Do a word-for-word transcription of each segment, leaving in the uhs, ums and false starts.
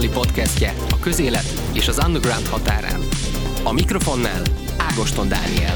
podcastje a közélet és az underground határán. A mikrofonnál Ágoston Dániel.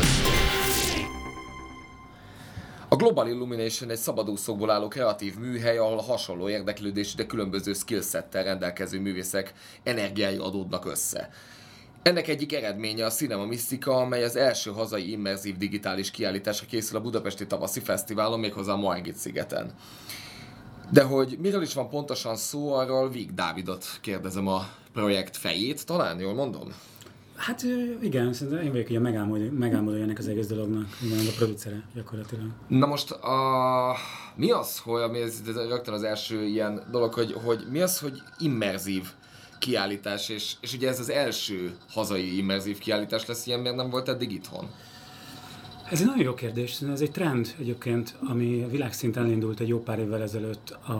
A Global Illumination egy szabadúszókból álló kreatív műhely, ahol hasonló érdeklődésű, de különböző skillsettel rendelkező művészek energiái adódnak össze. Ennek egyik eredménye a Cinema Mystica, amely az első hazai immerzív digitális kiállításra készül a Budapesti Tavaszi Fesztiválon, méghozzá a Margit szigeten. De hogy miről is van pontosan szó, arról Víg Dávidot kérdezem, a projekt fejét, talán jól mondom? Hát igen, szerintem én vagyok ugye megálmodó, megálmodó ennek az egész dolognak, igen, a producere gyakorlatilag. Na most a... mi az, hogy ami ez, ez rögtön az első ilyen dolog, hogy, hogy mi az, hogy immerzív kiállítás, és, és ugye ez az első hazai immerzív kiállítás lesz, ilyen miért nem volt eddig itthon? Ez egy nagyon jó kérdés, ez egy trend egyébként, ami a világszinten elindult egy jó pár évvel ezelőtt a,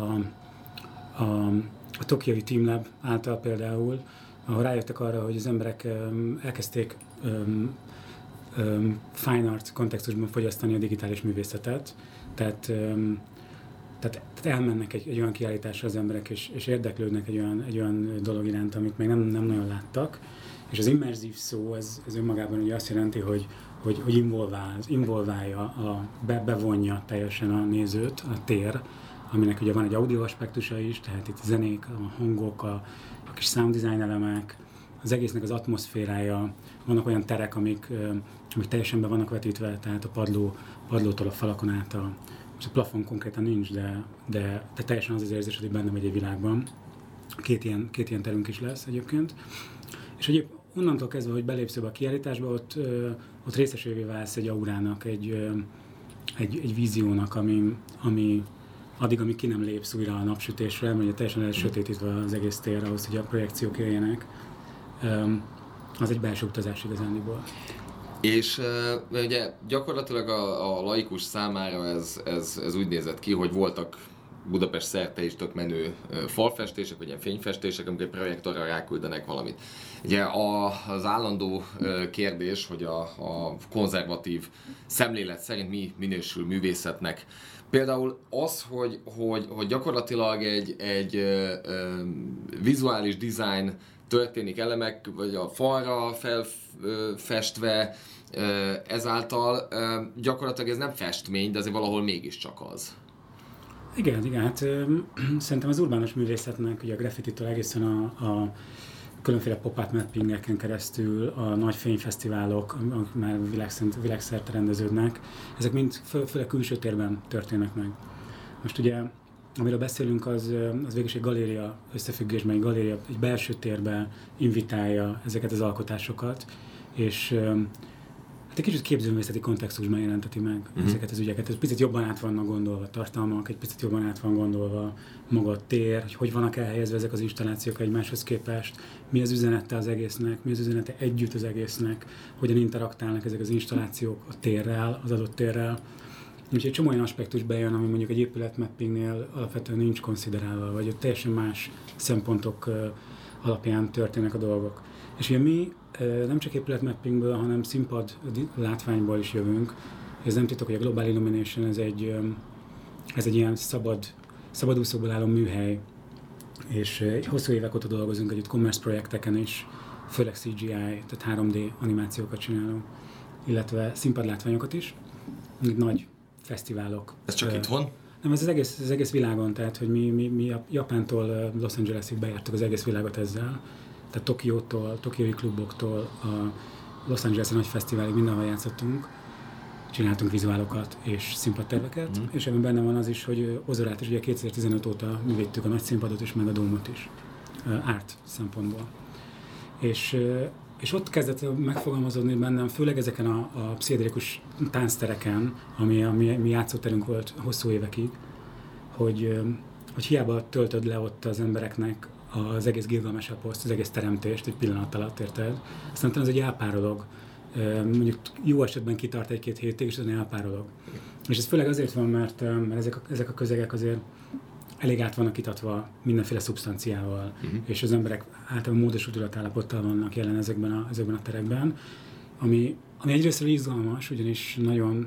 a, a tokiói Teamlab által például, ahol rájöttek arra, hogy az emberek um, elkezdték um, um, fine art kontextusban fogyasztani a digitális művészetet, tehát, um, tehát, tehát elmennek egy, egy olyan kiállításra az emberek, és, és érdeklődnek egy olyan, egy olyan dolog iránt, amit még nem, nem nagyon láttak, és az immerzív szó, ez, ez önmagában ugye azt jelenti, hogy hogy, hogy involvál, involválja, a, be, bevonja teljesen a nézőt, a tér, aminek ugye van egy audio aspektusa is, tehát itt a zenék, a hangok, a, a kis sound design elemek, az egésznek az atmoszférája, vannak olyan terek, amik, amik teljesen be vannak vetítve, tehát a padló, padlótól a falakon át, a, most a plafon konkrétan nincs, de, de, de teljesen az az érzés, hogy benne vagy egy világban. Két ilyen, két ilyen terünk is lesz egyébként. És egyéb onnantól kezdve, hogy belépsz a kiállításba, ott, ott részesévé válsz egy aurának, egy, egy, egy víziónak, ami, ami addig, amíg ki nem lépsz újra a napsütésre, mert ugye teljesen el sötétítve az egész tér ahhoz, hogy a projekciók jöjjenek. Az egy belső utazás igazándiból. És uh, ugye gyakorlatilag a, a laikus számára ez, ez, ez úgy nézett ki, hogy voltak Budapest szerte is tök menő falfestések, vagy ilyen fényfestések, amikor egy projektorra ráküldenek valamit. Ugye a, az állandó kérdés, hogy a, a konzervatív szemlélet szerint mi minősül művészetnek. Például az, hogy, hogy, hogy gyakorlatilag egy, egy ö, ö, vizuális design történik elemek, vagy a falra felfestve, ezáltal gyakorlatilag ez nem festmény, de azért valahol mégiscsak az. Igen, igen, hát ö, szerintem az urbánus művészetnek, ugye a graffititől egészen a, a különféle pop-art mappingeken keresztül, a nagy fényfesztiválok, amik már világszint, világszerte rendeződnek, ezek mind fő, főleg külső térben történnek meg. Most ugye, amiről beszélünk, az, az végül egy galéria összefüggésben, egy galéria egy belső térben invitálja ezeket az alkotásokat, és hát egy kicsit képzőművészeti kontextusban jelenteti meg uh-huh. ezeket az ügyeket. Ez picit jobban át vannak gondolva tartalmak, egy picit jobban át van gondolva maga a tér, hogy hogy vannak elhelyezve ezek az installációk egymáshoz képest, mi az üzenete az egésznek, mi az üzenete együtt az egésznek, hogyan interaktálnak ezek az installációk a térrel, az adott térrel. Úgyhogy egy csomó olyan aspektus bejön, ami mondjuk egy épületmappingnél alapvetően nincs konsiderálva, vagy ott teljesen más szempontok alapján történnek a dolgok. És ugye mi nem csak épületmappingből, hanem színpad látványból is jövünk. Ez nem titok, hogy a Global Illumination ez egy, ez egy ilyen szabad, szabadúszókból álló műhely, és hosszú évek óta dolgozunk együtt commerce projekteken is, főleg cé gé í, tehát három dé animációkat csinálunk, illetve színpadlátványokat is, nagy fesztiválok. Ez csak uh, itthon? Nem, ez az egész, az egész világon, tehát hogy mi, mi, mi Japántól Los Angelesig bejártuk az egész világot ezzel. Tehát Tokiótól, tokiói kluboktól, a Los Angeles-i nagy fesztiválig mindenhol játszottunk, csináltunk vizuálokat és színpadterveket, mm. és ebben benne van az is, hogy Ozorát is ugye kétezer-tizenöt óta művédtük a nagy színpadot is, meg a dómot is, árt szempontból. És, és ott kezdett megfogalmazódni bennem, főleg ezeken a, a pszichedelikus tánctereken, ami, ami mi játszóterünk volt hosszú évekig, hogy, hogy hiába töltöd le ott az embereknek az egész Gilgamesh Eposzt, az egész teremtést egy pillanat alatt, érted? Aztán ez egy elpárolog. Mondjuk jó esetben kitart egy-két hétig, és aztán elpárolog. És ez főleg azért van, mert, mert ezek, a, ezek a közegek azért elég át vannak kitatva mindenféle szubstanciával, uh-huh. és az emberek általában módosult tudatállapottal vannak jelen ezekben a, ezekben a terekben, ami, ami egyrésztről izgalmas, ugyanis nagyon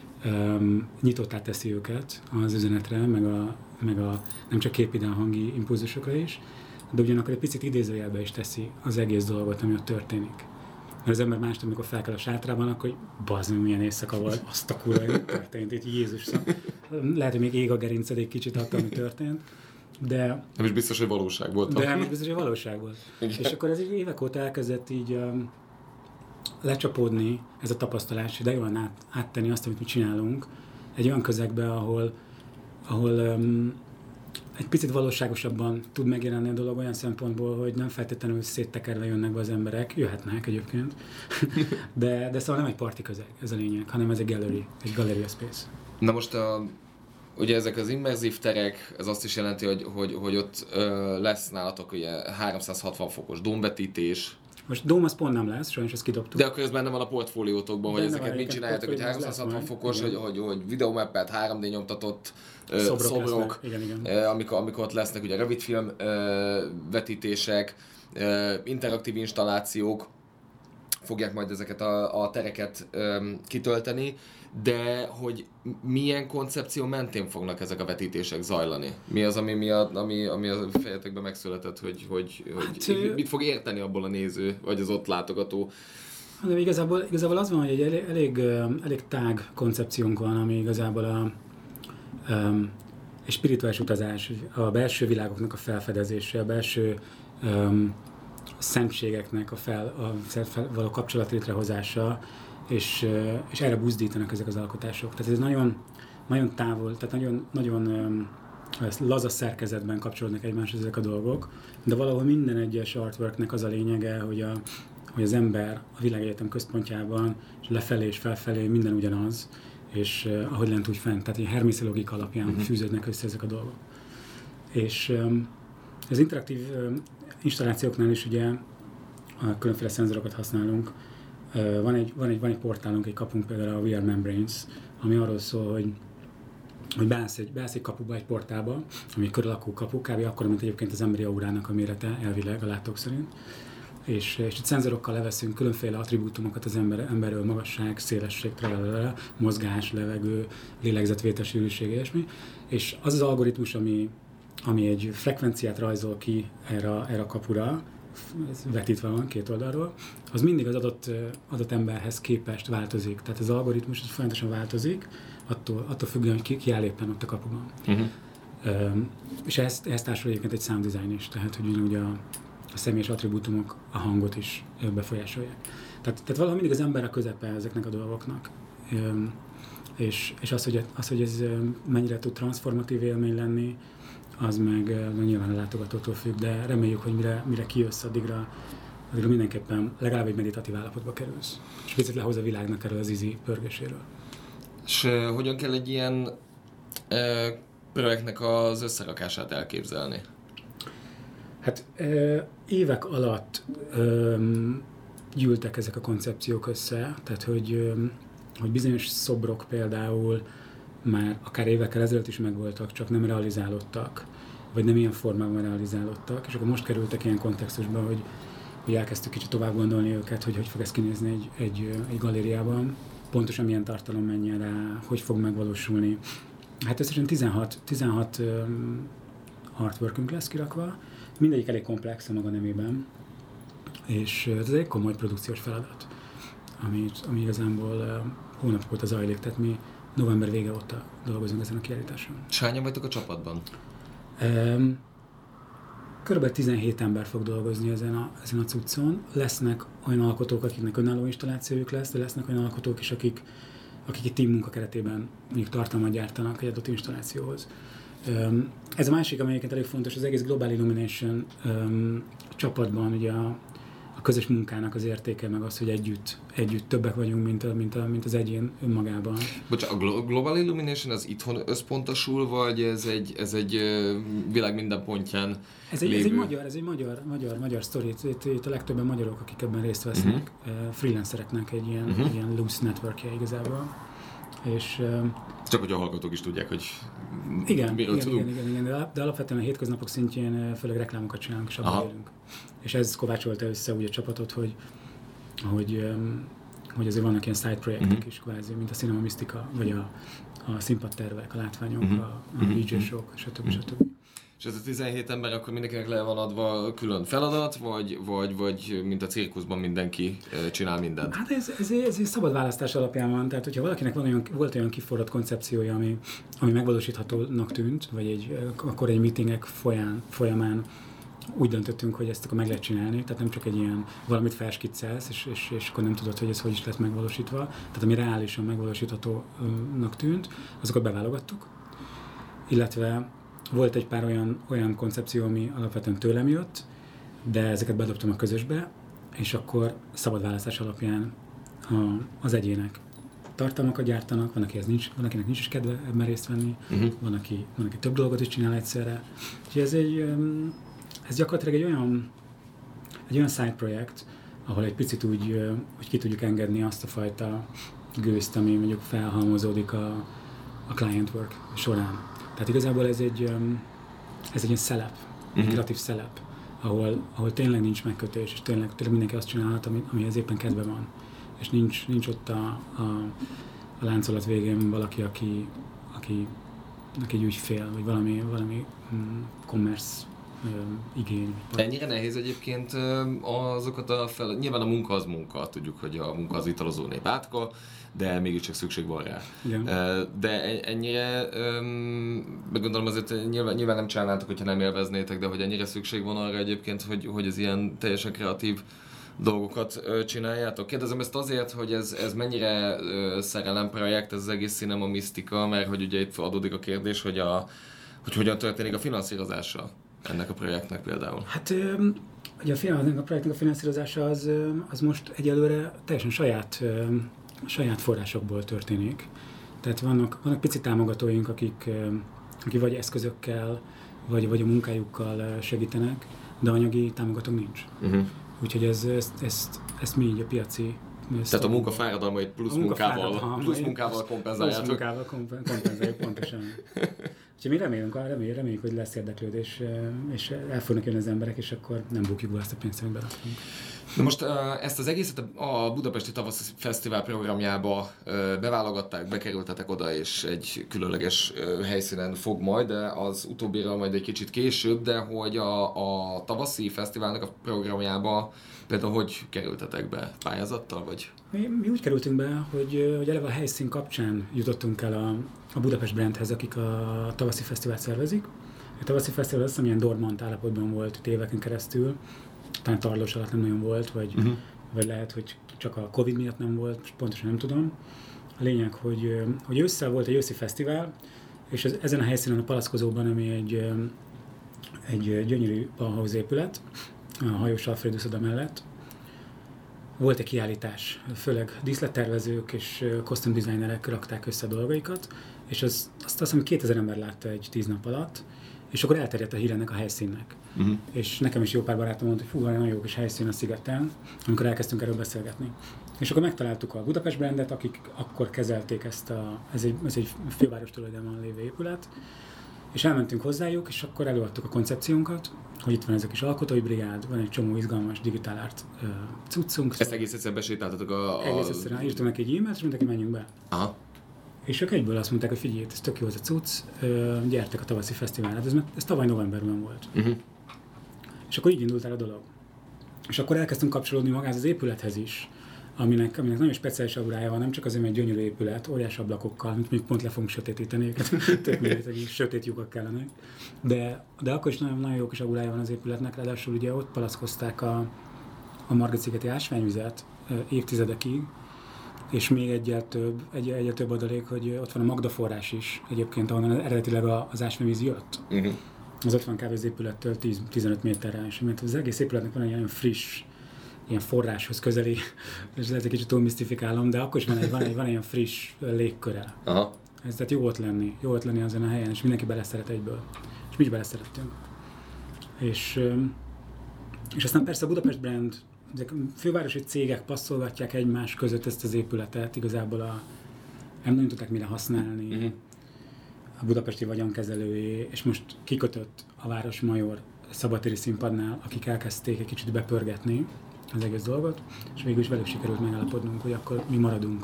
um, nyitottá teszi őket az üzenetre, meg a, meg a nem csak képi, de a hangi impulzusokra is, de ugyanakkor egy picit idézőjelbe is teszi az egész dolgot, ami ott történik. Mert az ember mást, amikor fel kell a sátrában, akkor hogy bazd meg, milyen éjszaka volt, azt a kurva, hogy történt itt, Jézus szám. Lehet, hogy még ég a gerinced egy kicsit attól, ami történt, de... Nem is biztos, hogy valóság volt. De nem is biztos, hogy valóság volt. Igen. És akkor ez így évek óta elkezdett így um, lecsapódni ez a tapasztalás, de jól át, áttenni azt, amit mi csinálunk, egy olyan közegbe, ahol, ahol um, egy picit valóságosabban tud megjelenni a dolog olyan szempontból, hogy nem feltétlenül széttekerve jönnek be az emberek, jöhetnek egyébként, de, de szóval nem egy parti közeg, ez a lényeg, hanem ez egy gallery, egy galleria space. Na most a, ugye ezek az immerzív terek, ez azt is jelenti, hogy, hogy, hogy ott ö, lesz nálatok ugye háromszázhatvan fokos dómvetítés. Most dóm az pont nem lesz, sajnos ezt kidobtuk. De akkor ez benne van a portfóliótokban, hogy ezeket mit csináljátok, hogy háromszázhatvan fokos, hogy, hogy, hogy videomappelt, három dé nyomtatott ö, szobrok, szobrok igen, igen. Ö, amikor, amikor ott lesznek ugye rövidfilm ö, vetítések, ö, interaktív installációk, fogják majd ezeket a, a tereket ö, kitölteni, de hogy milyen koncepció mentén fognak ezek a vetítések zajlani? Mi az, ami, mi a, ami, ami a fejetekben megszületett, hogy, hogy, hát, hogy mit fog érteni abból a néző, vagy az ott látogató? De igazából, igazából az van, hogy egy elég, elég, elég tág koncepciónk van, ami igazából a, um, egy spirituális utazás, a belső világoknak a felfedezése, a belső um, szentségeknek a, fel, a fel, való kapcsolat létrehozása, és, és erre buzdítanak ezek az alkotások. Tehát ez nagyon, nagyon távol, tehát nagyon, nagyon um, laza szerkezetben kapcsolódnak egymáshoz ezek a dolgok, de valahol minden egyes artworknek az a lényege, hogy, a, hogy az ember a világegyetem központjában, és lefelé és felfelé minden ugyanaz, és uh, ahogy lent úgy fent, tehát egy hermészi logika alapján uh-huh. fűződnek össze ezek a dolgok. És um, az interaktív um, installációknál is ugye a különféle szenzorokat használunk. Uh, van, egy, van, egy, van egy portálunk, egy kapunk például a We Are Membranes, ami arról szól, hogy, hogy beállsz egy, beállsz egy kapuba, egy portálba, ami egy kör alakú kapu, kb. Akkor, mint egyébként az emberi aurának a mérete, elvileg a látók szerint. És, és itt szenzorokkal leveszünk különféle attribútumokat az ember, emberről, magasság, szélesség, tralalala, mozgás, levegő, lélegzetvétel, sűrűség, ilyesmi. És az az algoritmus, ami, ami egy frekvenciát rajzol ki erre, erre a kapura, ez vetítve van két oldalról, az mindig az adott, adott emberhez képest változik. Tehát az algoritmus az folyamatosan változik, attól, attól függően, hogy ki, ki áll éppen ott a kapuban. Uh-huh. Um, és ezt, ezt társul egyébként egy sound design is, tehát hogy ugye a, a személyes attribútumok a hangot is befolyásolják. Tehát, tehát valahogy mindig az ember a közepe ezeknek a dolgoknak. Um, és és az, hogy, az, hogy ez mennyire tud transformatív élmény lenni, az meg nyilván a látogatótól függ, de reméljük, hogy mire, mire kijössz, addigra, addigra mindenképpen legalább egy meditatív állapotba kerülsz. És picit lehoz a világnak erről az ízi pörgéséről. És uh, hogyan kell egy ilyen uh, projektnek az összerakását elképzelni? Hát uh, évek alatt um, gyűltek ezek a koncepciók össze, tehát hogy, um, hogy bizonyos szobrok például már akár évekkel ezelőtt is megvoltak, csak nem realizálódtak, vagy nem ilyen formában realizálódtak, és akkor most kerültek ilyen kontextusba, hogy, hogy elkezdtük kicsit tovább gondolni őket, hogy hogy fog ez kinézni egy, egy, egy galériában, pontosan milyen tartalom menjen rá, hogy fog megvalósulni. Hát összesen tizenhat, tizenhat um, artworkünk lesz kirakva, mindegyik elég komplex a maga nemében, és ez egy komoly produkciós feladat, ami, ami igazából uh, hónapok óta zajlik, tehát mi november vége óta dolgozunk ezen a kiállításon. És hányan vagytok a csapatban? Um, körülbelül tizenhét ember fog dolgozni ezen a, ezen a cuccon. Lesznek olyan alkotók, akiknek önálló installációjuk lesz, de lesznek olyan alkotók is, akik, akik egy team munka keretében mondjuk tartalmat gyártanak egy adott installációhoz. Um, ez a másik, ami egyébként elég fontos, az egész Global Illumination um, csapatban ugye a, a közös munkának az értéke, meg az, hogy együtt, együtt többek vagyunk, mint, a, mint, a, mint az egyén önmagában. Bocsánat, a Global Illumination az itthon összpontosul, vagy ez egy, ez egy világ minden pontján ez egy, lévő? Ez egy magyar, ez egy magyar, magyar, magyar sztori. Itt, itt a legtöbben magyarok, akik ebben részt vesznek, uh-huh. freelancereknek egy ilyen, uh-huh. ilyen loose networkje igazából. És, csak hogy a hallgatók is tudják, hogy igen, miről igen, tudunk. igen, igen, igen, de, de alapvetően a hétköznapok szintjén főleg reklámokat csinálunk, és abban élünk. És ez kovácsolta össze úgy a csapatot, hogy, hogy, hogy azért vannak ilyen side projektek uh-huh. is kvázi, mint a Cinema Mystica, vagy a, a színpadtervek, a látványok, uh-huh. a, a uh-huh. vé jé show-k, stb. Uh-huh. stb. És És ez a tizenhét ember akkor mindenkinek le van adva külön feladat, vagy, vagy, vagy mint a cirkuszban mindenki csinál mindent? Hát ez, ez, ez, ez szabad választás alapján van, tehát hogyha valakinek van olyan, volt olyan kiforrott koncepciója, ami, ami megvalósíthatónak tűnt, vagy egy, akkor egy meetingek folyán, folyamán úgy döntöttünk, hogy ezt akkor meg lehet csinálni, tehát nem csak egy ilyen valamit felskiccelsz, és, és, és akkor nem tudod, hogy ez hogy is lesz megvalósítva. Tehát ami reálisan megvalósíthatónak tűnt, azokat beválogattuk. Illetve volt egy pár olyan, olyan koncepció, ami alapvetően tőlem jött, de ezeket bedobtam a közösbe, és akkor szabad választás alapján a, az egyének tartalmakat gyártanak, van, akihez nincs, van, akinek nincs is kedve ebben részt venni, uh-huh. van, aki, van, aki több dolgot is csinál egyszerre. Úgyhogy ez egy, ez gyakorlatilag egy olyan, egy olyan side projekt, ahol egy picit úgy, úgy ki tudjuk engedni azt a fajta gőzt, ami mondjuk felhalmozódik a, a client work során. Tehát igazából ez egy, ez egy ilyen szelep, uh-huh. egy kreatív szelep, ahol, ahol tényleg nincs megkötés, és tényleg, tényleg mindenki azt csinálhat, ami, amihez éppen kedve van. És nincs, nincs ott a, a, a láncolat végén valaki, aki, aki, aki egy ügyfél, vagy valami, valami mm, commerce uh, igény. Ennyire nehéz egyébként azokat a fel... Nyilván a munka az munka, tudjuk, hogy a munka az italozó nép átka, de mégiscsak szükség van rá. Igen. De ennyire, meg gondolom azért nyilván, nyilván nem csinálnátok, hogyha nem élveznétek, de hogy ennyire szükség van arra egyébként, hogy, hogy az ilyen teljesen kreatív dolgokat csináljátok. Kérdezem ezt azért, hogy ez, ez mennyire szerelemprojekt, ez az egész cinema misztika, mert hogy ugye itt adódik a kérdés, hogy, a, hogy hogyan történik a finanszírozása ennek a projektnek például. Hát ugye a, film, a projektnek a finanszírozása az, az most egyelőre teljesen saját, saját forrásokból történik. Tehát vannak, vannak pici támogatóink, akik, akik vagy eszközökkel, vagy, vagy a munkájukkal segítenek, de anyagi támogatók nincs. Uh-huh. Úgyhogy ez, ezt, ezt, ezt mi így a piaci... Tehát a munka fáradalmait plusz munkával, plusz munkával kompenzáljátok. Plusz munkával kompenzáljuk, pontosan. Úgyhogy mi remélünk, reméljük, reméljük, hogy lesz érdeklődés, és el fognak jönni az emberek, és akkor nem bukjuk be azt a pénzt, amit berakunk. Na most ezt az egészet a Budapesti Tavaszi Fesztivál programjába beválogatták, bekerültetek oda, és egy különleges helyszínen fog majd, de az utóbbira majd egy kicsit később, de hogy a, a Tavaszi Fesztiválnak a programjába például hogy kerültetek be? Pályázattal, vagy? Mi, mi úgy kerültünk be, hogy, hogy eleve a helyszín kapcsán jutottunk el a, a Budapest Brandhez, akik a Tavaszi Fesztivált szervezik. A Tavaszi Fesztivál azt hiszem ilyen dormant állapotban volt itt éveken keresztül, talán tarlós alatt nem nagyon volt, vagy, uh-huh. vagy lehet, hogy csak a Covid miatt nem volt, pontosan nem tudom. A lényeg, hogy, hogy ősszel volt egy őszi fesztivál, és ez, ezen a helyszínen a Palackozóban, ami egy, egy gyönyörű Bauhaus épület, a hajós Alfred uszoda mellett, volt egy kiállítás, főleg díszlettervezők és kosztümdesignerek rakták össze a dolgaikat, és az, azt hiszem, hogy kétezer ember látta egy tíz nap alatt, és akkor elterjedt a hír ennek a helyszínnek. Uh-huh. És nekem is jó pár barátom mondta, hogy fú, nagyon jó kis helyszín a szigeten, amikor elkezdtünk erről beszélgetni. És akkor megtaláltuk a Budapest Brandet, akik akkor kezelték ezt a, ez egy, ez egy főváros tulajdonban lévő épület, és elmentünk hozzájuk, és akkor előadtuk a koncepciónkat, hogy itt van ez a kis alkotói brigád, van egy csomó izgalmas digitál art uh, cuccunk. Ezt egész egyszerűen besétáltatok a... a... Egész egyszerűen írtunk neki egy e-mailt, és mondták, hogy menjünk be. Aha. És ők egyből azt mondták, hogy figyelj, ez tök jó ez a cucc, uh, gyertek a Tavaszi Fesztiválra. Ez, ez tavaly novemberben volt. Uh-huh. És akkor így indult el a dolog. És akkor elkezdtünk kapcsolódni magához az épülethez is, aminek, aminek nagyon speciális aurája van, nem csak azért, mert egy gyönyörű épület, óriás ablakokkal, mint még pont le fogunk sötétíteni őket, tök mindegy, hogy sötét lyukak kellenek. De, de akkor is nagyon, nagyon jó kis aurája van az épületnek, ráadásul ugye ott palackozták a, a Margit-szigeti ásványvizet évtizedekig, és még egyel több, egy, egyel több adalék, hogy ott van a Magda forrás is egyébként, ahonnan eredetileg az ásványvíz jött. Uh-huh. Az ott van kb. Az épülettől tíz-tizenöt méterre, és mert az egész épületnek van egy olyan friss, ilyen forráshoz közeli, és lehet egy kicsit túl misztifikálom, de akkor is van egy, van egy, van egy ilyen friss légköre. Aha. Ez tehát jó ott lenni, jó ott lenni azon a helyen, és mindenki beleszeret egyből. És mi is beleszerettünk. És, és aztán persze a Budapest Brand, ezek fővárosi cégek passzolgatják egymás között ezt az épületet, igazából a, nem nagyon tudták mire használni, uh-huh. a budapesti vagyonkezelői, és most kikötött a Városmajor szabadtéri színpadnál, akik elkezdték egy kicsit bepörgetni az egész dolgot, és végül is velük sikerült megállapodnunk, hogy akkor mi maradunk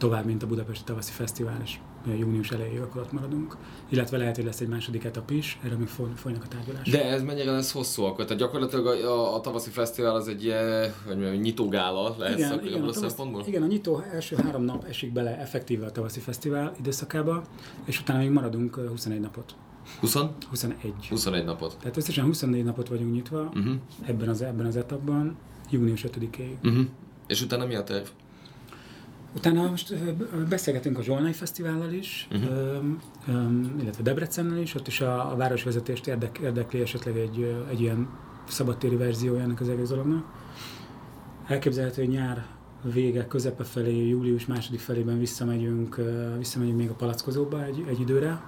tovább, mint a Budapesti Tavaszi Fesztivál, és június elejéig akkor ott maradunk. Illetve lehet, hogy lesz egy második etap is, erről még folynak a tárgyalások. De ez mennyire lesz hosszú akkor? Tehát gyakorlatilag a, a, a Tavaszi Fesztivál az egy ilyen, hogy mondjam, nyitógála lehet igen, akkor igen, a a tavasz, szempontból? igen, a nyitó első három nap esik bele effektíve a Tavaszi Fesztivál időszakába, és utána még maradunk huszonegy napot. húsz? huszonegy. huszonegy napot. Tehát összesen huszonnégy napot vagyunk nyitva Uh-huh. ebben, az, ebben az etapban, június ötödikéig. Uh-huh. És utána mi a terv? Utána most beszélgetünk a Zsolnay Fesztivállal is, uh-huh. öm, öm, illetve Debrecennel is, ott is a, a városvezetést érdek, érdekli esetleg egy, egy ilyen szabadtéri verziója ennek az egész dolognak. Elképzelhető, hogy nyár vége, közepe felé, július második felében visszamegyünk, visszamegyünk még a Palackozóba egy, egy időre,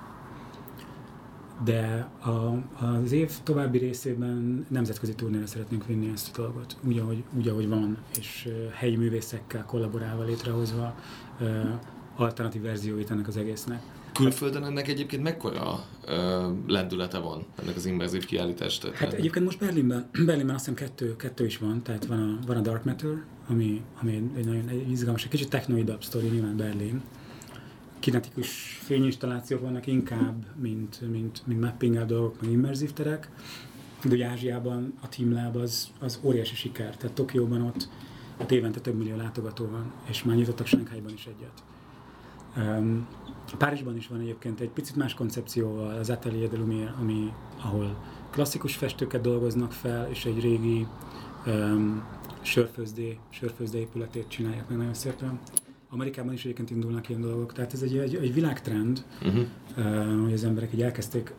de a, az év további részében nemzetközi turnéra szeretnénk vinni ezt a dolgot, úgy, ahogy, úgy, ahogy van, és helyi művészekkel kollaborálva, létrehozva alternatív verzióit ennek az egésznek. Külföldön ennek egyébként mekkora ö, lendülete van, ennek az immerzív kiállítást? Hát egyébként most Berlinben, Berlinben azt hiszem kettő, kettő is van, tehát van a, van a Dark Matter, ami, ami egy nagyon egy izgalmas, egy kicsit technoidabb sztori, nyilván Berlin. Kinetikus fényinstallációk vannak inkább, mint, mint, mint mapping dolgok, meg immerzív terek. De ugye Ázsiában a TeamLab az, az óriási siker, tehát Tokióban ott, ott évente több millió látogató van, és már nyitottak Shanghaiban is egyet. Um, Párizsban is van egyébként egy picit más koncepcióval az Atelier de Lumière, ami, ahol klasszikus festőket dolgoznak fel, és egy régi um, sörfőzdé, sörfőzdé épületét csinálják meg nagyon szépen. Amerikában is egyébként indulnak ilyen dolgok, tehát ez egy, egy, egy világtrend, uh-huh. uh, hogy az emberek így elkezdték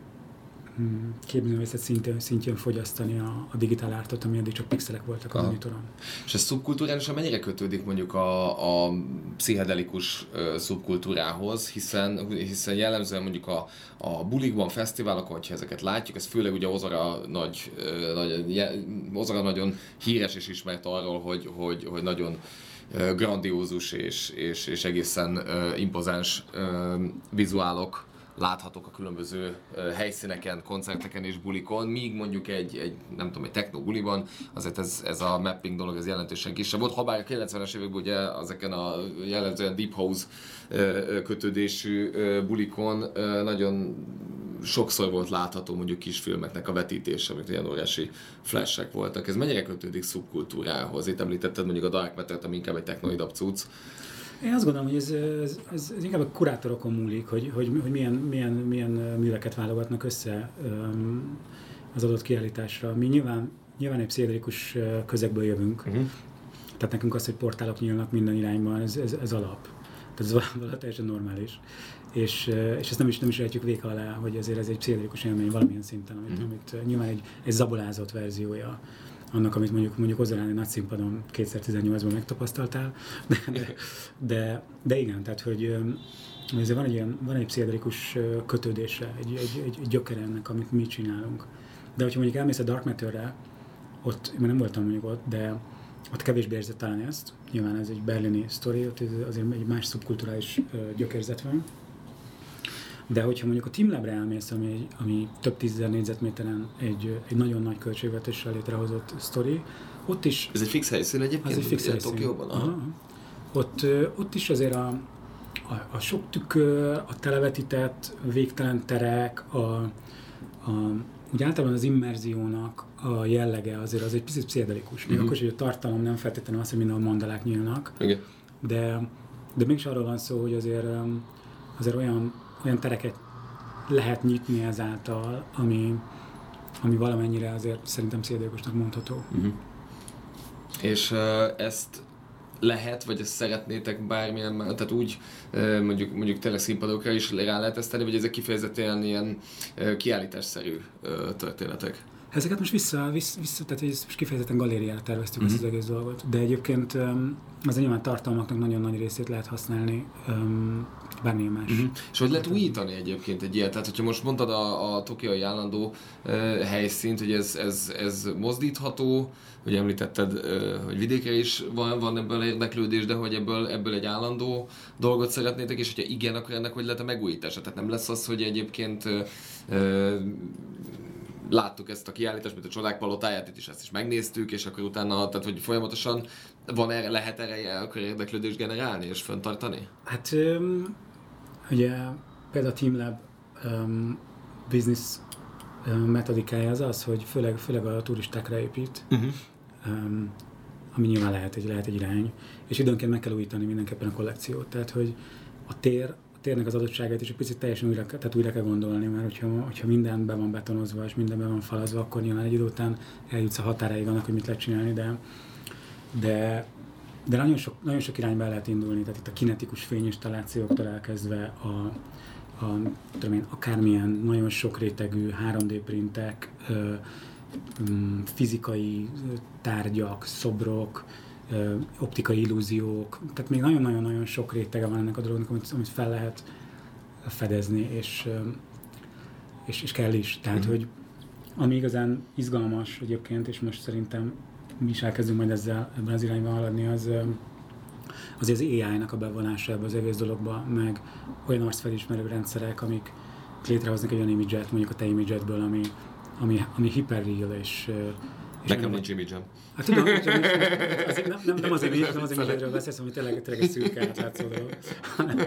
um, képzőművészet szintén, szintjén fogyasztani a, a digitál artot, ami eddig csak pixelek voltak a monitoron. És ez szubkulturálisan mennyire kötődik mondjuk a, a pszichedelikus uh, szubkultúrához, hiszen, hiszen jellemzően mondjuk a, a bulikban, fesztiválokon, hogyha ezeket látjuk, ez főleg ugye Ozara nagy, uh, nagy Ozara nagyon híres és ismert arról, hogy, hogy, hogy nagyon grandiózus és, és, és egészen uh, impozáns uh, vizuálok láthatók a különböző uh, helyszíneken, koncerteken és bulikon, míg mondjuk egy, egy nem tudom, egy techno buliban, azért ez, ez a mapping dolog ez jelentősen kisebb volt, habár a kilencvenes években ugye ezeken a jellemzően deep house uh, kötődésű uh, bulikon uh, nagyon sokszor volt látható mondjuk kisfilmeknek a vetítése, amit ilyen óriási flashek voltak. Ez mennyire kötődik szubkultúrához? Itt említetted mondjuk a Dark Matter-t, ami inkább egy technoidabb cucc. Én azt gondolom, hogy ez, ez, ez, ez inkább a kurátorokon múlik, hogy, hogy, hogy milyen, milyen, milyen műveket válogatnak össze um, az adott kiállításra. Mi nyilván, nyilván egy pszichedelikus közegből jövünk, uh-huh. tehát nekünk az, hogy portálok nyílnak minden irányban, ez, ez, ez alap. Tehát ez valami teljesen normális. És, és ezt nem is, nem is rejtjük véka alá, hogy ezért ez egy pszichedelikus élmény valamilyen szinten, amit, mm. amit nyilván egy, egy zabolázott verziója annak, amit mondjuk, mondjuk Ozarán egy nagy színpadon kétezer-tizennyolcban megtapasztaltál. De, de, de, de igen, tehát hogy ezért van egy, ilyen, van egy pszichedelikus kötődése, egy, egy, egy, egy gyökere ennek, amit mi csinálunk. De hogyha mondjuk elmész a Dark Matter-re, ott, én nem voltam mondjuk ott, de ott kevésbé érzett talán ezt. Nyilván ez egy berlini sztori, ott azért egy más szubkulturális gyökérzet van. De hogyha mondjuk a TeamLab-re elmész, ami, ami több tízezer négyzetméteren egy, egy nagyon nagy költségvetéssel létrehozott sztori, ott is... Ez egy fix helyszín egyébként? Ez egy fix helyszín. Tokióban? Aha. Aha. Ott, ott is azért a, a, a sok tükör, a televetített végtelen terek, a, a, úgy általában az immerziónak a jellege azért az egy picit pszichedelikus. Még uh-huh. akkor is, hogy a tartalom nem feltétlenül az, hogy mindenhol mandalák nyílnak, okay. de, de mégis arról van szó, hogy azért, azért olyan olyan tereket lehet nyitni ezáltal, ami, ami valamennyire azért szerintem pszichedelikusnak mondható. Uh-huh. És uh, ezt lehet, vagy ezt szeretnétek bármilyen, tehát úgy uh, mondjuk, mondjuk tényleg színpadokra is rá lehet ezt tenni, vagy ezek kifejezetten ilyen uh, kiállításszerű uh, történetek? Ezeket most vissza, vissza, vissza tehát most kifejezetten galériára terveztük uh-huh. ezt az egész dolgot, de egyébként um, az nyilván tartalmaknak nagyon nagy részét lehet használni, um, bármilyen más. Uh-huh. És hogy lehet újítani egyébként egy ilyet? Tehát, hogyha most mondtad a, a tokiói állandó uh, helyszínt, hogy ez, ez, ez mozdítható, hogy említetted, uh, hogy vidékre is van, van ebből érdeklődés, de hogy ebből, ebből egy állandó dolgot szeretnétek, és hogyha igen, akkor ennek hogy lehet a megújítása? Tehát nem lesz az, hogy egyébként uh, uh, láttuk ezt a kiállítást, mint a Csodák palotáját, itt is ezt is megnéztük, és akkor utána, tehát hogy folyamatosan van erre, lehet erre akkor érdeklődést generálni és fenntartani? Hát um, ugye például a TeamLab um, business um, metodikája az az, hogy főleg, főleg a turistákra épít, uh-huh. um, ami nyilván lehet egy, lehet egy irány, és időnként meg kell újítani mindenképpen a kollekciót, tehát hogy a tér, a térnek az adottságait is egy picit teljesen újra, tehát újra kell gondolni, mert hogyha, hogyha minden be van betonozva és minden be van falazva, akkor nyilván egy idő után eljutsz a határáig annak, hogy mit lehet csinálni, de, de, de nagyon, sok, nagyon sok irányba el lehet indulni, tehát itt a kinetikus fényinstallációktól elkezdve a, a tudom én, akármilyen nagyon sok rétegű három dé printek, ö, fizikai tárgyak, szobrok, optikai illúziók, tehát még nagyon-nagyon-nagyon sok rétege van ennek a dolognak, amit, amit fel lehet fedezni, és, és, és kell is. Tehát, mm-hmm. hogy ami igazán izgalmas egyébként, és most szerintem mi is elkezdünk majd ezzel ebben az irányban haladni, az azért az á í-nak a bevonása ebbe az egész dologba, meg olyan arcfelismerő rendszerek, amik létrehoznak egy olyan imidzset, mondjuk a te imidzsetből, ami ami, ami hiperreal és... és nekem nincs image-em. Hát tudom, hogy az, nem, nem, nem az image, nem az image-ről beszélsz, ami tényleg, tényleg egy szürke átlátszó dolog, hanem,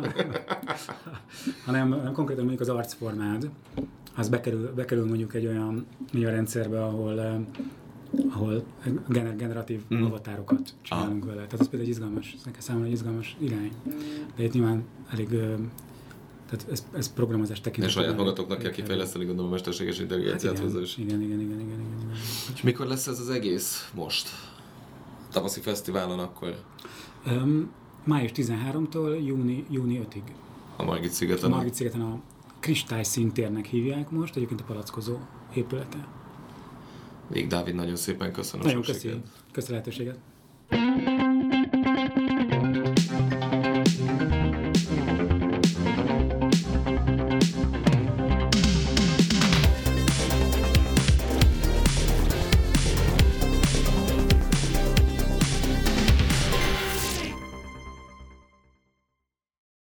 hanem, hanem konkrétan mondjuk az arcformád, az bekerül, bekerül mondjuk egy olyan, olyan rendszerbe, ahol, ahol gener, generatív mm. avatárokat csinálunk ah. vele. Tehát az például egy izgalmas, nekem számomra egy izgalmas irány. De itt nyilván elég... Tehát ez, ez programozás tekintetében. És saját magatoknak kell kifejleszteni, gondolom, a mesterséges intelligenciát hát hozzá is. Igen, igen, igen, igen, igen, igen. És mikor lesz ez az egész most? Tavaszi fesztiválon akkor? Um, május tizenharmadikától júni, júni ötödiig. A Margit szigeten? A Margit szigeten a Kristály színtérnek hívják most, egyébként a palackozó épülete. Vég Dávid, nagyon szépen köszönöm. Nagyon köszönöm. Köszönöm a lehetőséget.